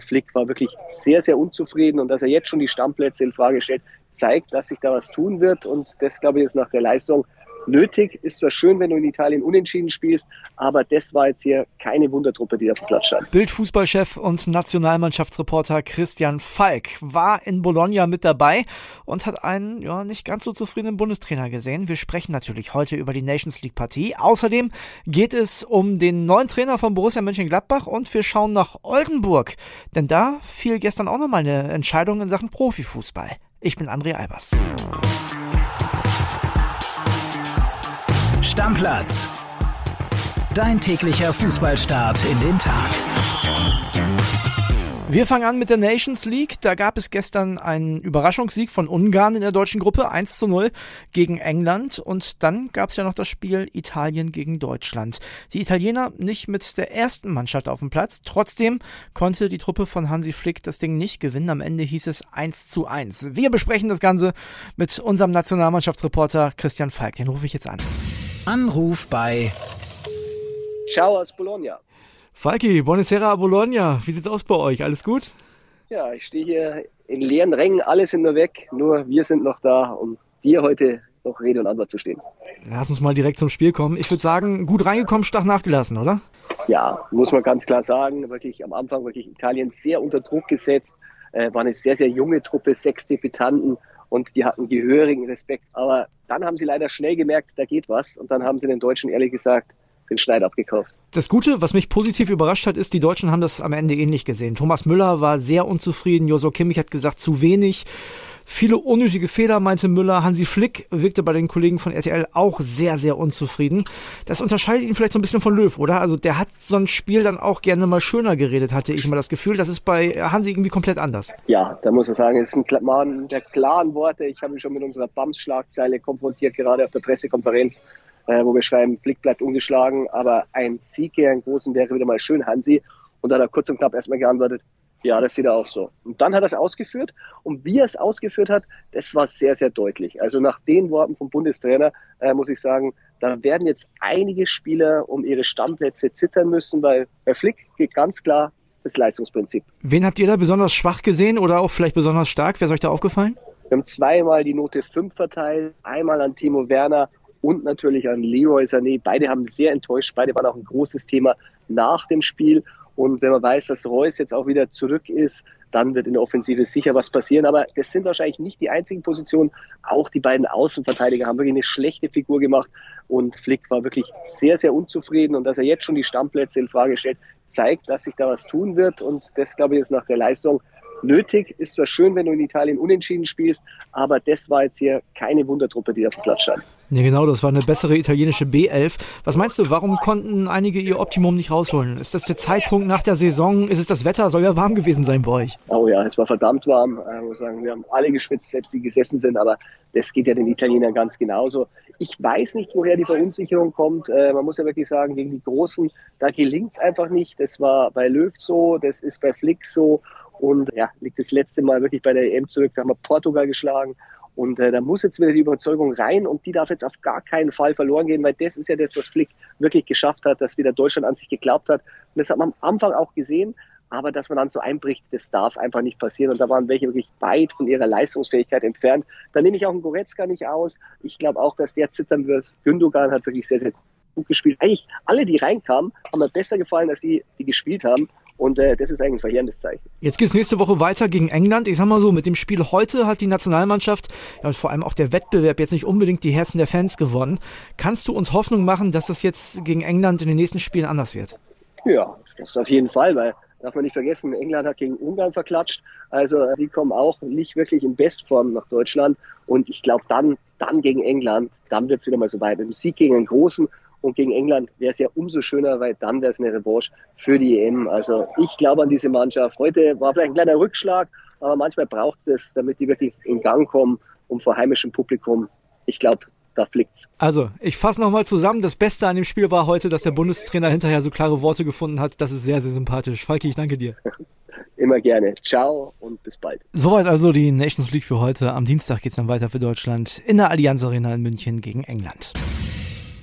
Flick war wirklich sehr, sehr unzufrieden und dass er jetzt schon die Stammplätze in Frage stellt, zeigt, dass sich da was tun wird und das, glaube ich, ist nach der Leistung nötig. Ist zwar schön, wenn du in Italien unentschieden spielst, aber das war jetzt hier keine Wundertruppe, die auf dem Platz stand. Bild-Fußballchef und Nationalmannschaftsreporter Christian Falk war in Bologna mit dabei und hat einen nicht ganz so zufriedenen Bundestrainer gesehen. Wir sprechen natürlich heute über die Nations League-Partie. Außerdem geht es um den neuen Trainer von Borussia Mönchengladbach und wir schauen nach Oldenburg, denn da fiel gestern auch nochmal eine Entscheidung in Sachen Profifußball. Ich bin André Albers. Stammplatz. Dein täglicher Fußballstart in den Tag. Wir fangen an mit der Nations League. Da gab es gestern einen Überraschungssieg von Ungarn in der deutschen Gruppe, 1:0 gegen England. Und dann gab es ja noch das Spiel Italien gegen Deutschland. Die Italiener nicht mit der ersten Mannschaft auf dem Platz. Trotzdem konnte die Truppe von Hansi Flick das Ding nicht gewinnen. Am Ende hieß es 1:1. Wir besprechen das Ganze mit unserem Nationalmannschaftsreporter Christian Falk. Den rufe ich jetzt an. Anruf bei Ciao aus Bologna. Falki, buonasera a Bologna. Wie sieht's aus bei euch? Alles gut? Ja, ich stehe hier in leeren Rängen, alle sind nur weg, nur wir sind noch da, um dir heute noch Rede und Antwort zu stehen. Lass uns mal direkt zum Spiel kommen. Ich würde sagen, gut reingekommen, stark nachgelassen, oder? Ja, muss man ganz klar sagen, wirklich am Anfang wirklich Italien sehr unter Druck gesetzt, war eine sehr, sehr junge Truppe, 6 Debütanten und die hatten gehörigen Respekt, aber dann haben sie leider schnell gemerkt, da geht was und dann haben sie den Deutschen ehrlich gesagt den Schneid abgekauft. Das Gute, was mich positiv überrascht hat, ist, die Deutschen haben das am Ende ähnlich gesehen. Thomas Müller war sehr unzufrieden, Joshua Kimmich hat gesagt, zu wenig. Viele unnötige Fehler, meinte Müller. Hansi Flick wirkte bei den Kollegen von RTL auch sehr, sehr unzufrieden. Das unterscheidet ihn vielleicht so ein bisschen von Löw, oder? Also der hat so ein Spiel dann auch gerne mal schöner geredet, hatte ich immer das Gefühl. Das ist bei Hansi irgendwie komplett anders. Ja, da muss man sagen, es ist ein Mann der klaren Worte. Ich habe ihn schon mit unserer BAMS-Schlagzeile konfrontiert, gerade auf der Pressekonferenz, wo wir schreiben, Flick bleibt ungeschlagen, aber ein Sieg gegen einen Großen wäre wieder mal schön, Hansi. Und da hat er kurz und knapp erstmal geantwortet, ja, das sieht er auch so. Und dann hat er es ausgeführt. Und wie er es ausgeführt hat, das war sehr, sehr deutlich. Also nach den Worten vom Bundestrainer muss ich sagen, da werden jetzt einige Spieler um ihre Stammplätze zittern müssen, weil bei Flick geht ganz klar das Leistungsprinzip. Wen habt ihr da besonders schwach gesehen oder auch vielleicht besonders stark? Wer ist euch da aufgefallen? Wir haben zweimal die Note 5 verteilt, einmal an Timo Werner und natürlich an Leroy Sané. Beide haben sehr enttäuscht, beide waren auch ein großes Thema nach dem Spiel. Und wenn man weiß, dass Reus jetzt auch wieder zurück ist, dann wird in der Offensive sicher was passieren. Aber das sind wahrscheinlich nicht die einzigen Positionen. Auch die beiden Außenverteidiger haben wirklich eine schlechte Figur gemacht. Und Flick war wirklich sehr, sehr unzufrieden. Und dass er jetzt schon die Stammplätze in Frage stellt, zeigt, dass sich da was tun wird. Und das, glaube ich, ist nach der Leistung nötig. Ist zwar schön, wenn du in Italien unentschieden spielst, aber das war jetzt hier keine Wundertruppe, die auf dem Platz stand. Ja genau, das war eine bessere italienische B11. Was meinst du, warum konnten einige ihr Optimum nicht rausholen? Ist das der Zeitpunkt nach der Saison? Ist es das Wetter? Soll ja warm gewesen sein bei euch. Oh ja, es war verdammt warm. Ich muss sagen, wir haben alle geschwitzt, selbst die gesessen sind, aber das geht ja den Italienern ganz genauso. Ich weiß nicht, woher die Verunsicherung kommt. Man muss ja wirklich sagen, gegen die Großen, da gelingt es einfach nicht. Das war bei Löw so, das ist bei Flick so. Und ja, liegt das letzte Mal wirklich bei der EM zurück, da haben wir Portugal geschlagen. Und da muss jetzt wieder die Überzeugung rein und die darf jetzt auf gar keinen Fall verloren gehen, weil das ist ja das, was Flick wirklich geschafft hat, dass wieder Deutschland an sich geglaubt hat. Und das hat man am Anfang auch gesehen, aber dass man dann so einbricht, das darf einfach nicht passieren. Und da waren welche wirklich weit von ihrer Leistungsfähigkeit entfernt. Da nehme ich auch einen Goretzka nicht aus. Ich glaube auch, dass der zittern wird. Gündogan hat wirklich sehr, sehr gut gespielt. Eigentlich alle, die reinkamen, haben mir besser gefallen, als die gespielt haben. Und das ist eigentlich ein verheerendes Zeichen. Jetzt geht es nächste Woche weiter gegen England. Ich sag mal so, mit dem Spiel heute hat die Nationalmannschaft und vor allem auch der Wettbewerb jetzt nicht unbedingt die Herzen der Fans gewonnen. Kannst du uns Hoffnung machen, dass das jetzt gegen England in den nächsten Spielen anders wird? Ja, das auf jeden Fall, weil darf man nicht vergessen, England hat gegen Ungarn verklatscht. Also die kommen auch nicht wirklich in Bestform nach Deutschland. Und ich glaube, dann gegen England, dann wird es wieder mal so weit. Mit dem Sieg gegen einen Großen und gegen England wäre es ja umso schöner, weil dann wäre es eine Revanche für die EM. Also ich glaube an diese Mannschaft. Heute war vielleicht ein kleiner Rückschlag, aber manchmal braucht es, damit die wirklich in Gang kommen und vor heimischem Publikum. Ich glaube, da flickt's. Also, ich fasse nochmal zusammen. Das Beste an dem Spiel war heute, dass der Bundestrainer hinterher so klare Worte gefunden hat. Das ist sehr, sehr sympathisch. Falki, ich danke dir. Immer gerne. Ciao und bis bald. Soweit also die Nations League für heute. Am Dienstag geht's dann weiter für Deutschland in der Allianz Arena in München gegen England.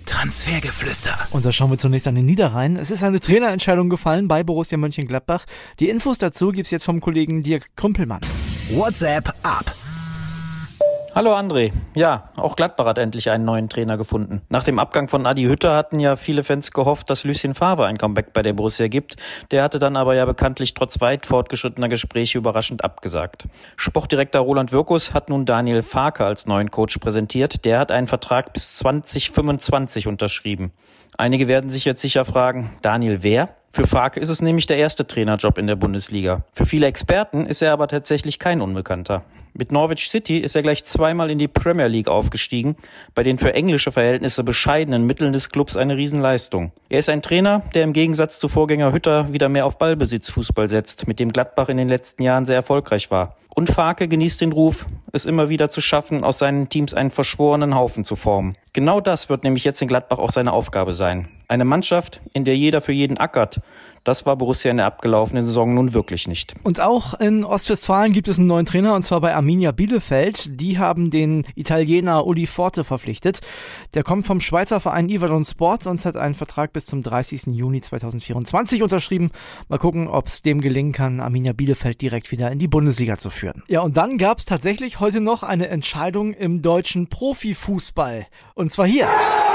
Transfergeflüster. Und da schauen wir zunächst an den Niederrhein. Es ist eine Trainerentscheidung gefallen bei Borussia Mönchengladbach. Die Infos dazu gibt's jetzt vom Kollegen Dirk Krümpelmann. WhatsApp ab. Hallo André. Ja, auch Gladbach hat endlich einen neuen Trainer gefunden. Nach dem Abgang von Adi Hütter hatten ja viele Fans gehofft, dass Lucien Favre ein Comeback bei der Borussia gibt. Der hatte dann aber ja bekanntlich trotz weit fortgeschrittener Gespräche überraschend abgesagt. Sportdirektor Roland Wirkus hat nun Daniel Farke als neuen Coach präsentiert. Der hat einen Vertrag bis 2025 unterschrieben. Einige werden sich jetzt sicher fragen, Daniel wer? Für Farke ist es nämlich der erste Trainerjob in der Bundesliga. Für viele Experten ist er aber tatsächlich kein Unbekannter. Mit Norwich City ist er gleich zweimal in die Premier League aufgestiegen, bei den für englische Verhältnisse bescheidenen Mitteln des Clubs eine Riesenleistung. Er ist ein Trainer, der im Gegensatz zu Vorgänger Hütter wieder mehr auf Ballbesitzfußball setzt, mit dem Gladbach in den letzten Jahren sehr erfolgreich war. Und Farke genießt den Ruf, es immer wieder zu schaffen, aus seinen Teams einen verschworenen Haufen zu formen. Genau das wird nämlich jetzt in Gladbach auch seine Aufgabe sein. Eine Mannschaft, in der jeder für jeden ackert. Das war Borussia in der abgelaufenen Saison nun wirklich nicht. Und auch in Ostwestfalen gibt es einen neuen Trainer, und zwar bei Arminia Bielefeld. Die haben den Italiener Uli Forte verpflichtet. Der kommt vom Schweizer Verein Yverdon Sport und hat einen Vertrag bis zum 30. Juni 2024 unterschrieben. Mal gucken, ob es dem gelingen kann, Arminia Bielefeld direkt wieder in die Bundesliga zu führen. Ja, und dann gab es tatsächlich heute noch eine Entscheidung im deutschen Profifußball. Und zwar hier.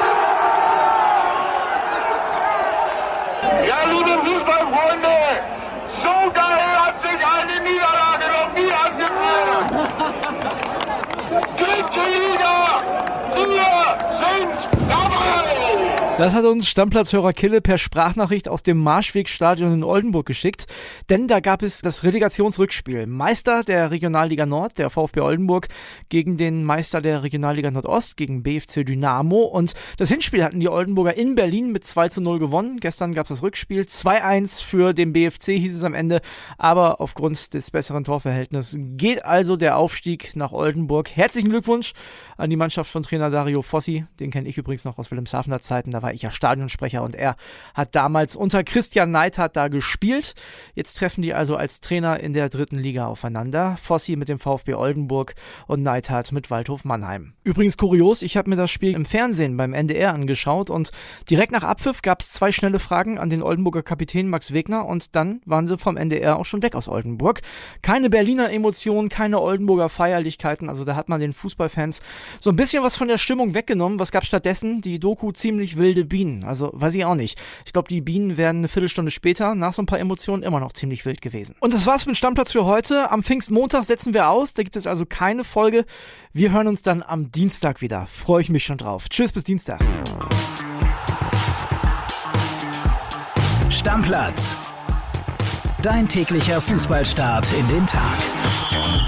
Ja, liebe Fußballfreunde, so geil hat sich eine Niederlage noch nie angefühlt. Dritte Liga, wir sind dabei. Das hat uns Stammplatzhörer Kille per Sprachnachricht aus dem Marschwegstadion in Oldenburg geschickt, denn da gab es das Relegationsrückspiel. Meister der Regionalliga Nord, der VfB Oldenburg, gegen den Meister der Regionalliga Nordost, gegen BFC Dynamo. Und das Hinspiel hatten die Oldenburger in Berlin mit 2:0 gewonnen. Gestern gab es das Rückspiel. 2:1 für den BFC hieß es am Ende, aber aufgrund des besseren Torverhältnisses geht also der Aufstieg nach Oldenburg. Herzlichen Glückwunsch an die Mannschaft von Trainer Dario Fossi. Den kenne ich übrigens noch aus Wilhelmshavener Zeiten. Da war ich ja Stadionsprecher und er hat damals unter Christian Neidhardt da gespielt. Jetzt treffen die also als Trainer in der 3. Liga aufeinander. Fossi mit dem VfB Oldenburg und Neidhardt mit Waldhof Mannheim. Übrigens kurios, ich habe mir das Spiel im Fernsehen beim NDR angeschaut und direkt nach Abpfiff gab es 2 schnelle Fragen an den Oldenburger Kapitän Max Wegner und dann waren sie vom NDR auch schon weg aus Oldenburg. Keine Berliner Emotionen, keine Oldenburger Feierlichkeiten, also da hat man den Fußballfans so ein bisschen was von der Stimmung weggenommen. Was gab stattdessen? Die Doku Ziemlich wilde Bienen. Also weiß ich auch nicht. Ich glaube, die Bienen wären eine Viertelstunde später nach so ein paar Emotionen immer noch ziemlich wild gewesen. Und das war's mit Stammplatz für heute. Am Pfingstmontag setzen wir aus. Da gibt es also keine Folge. Wir hören uns dann am Dienstag wieder. Freue ich mich schon drauf. Tschüss, bis Dienstag. Stammplatz. Dein täglicher Fußballstart in den Tag.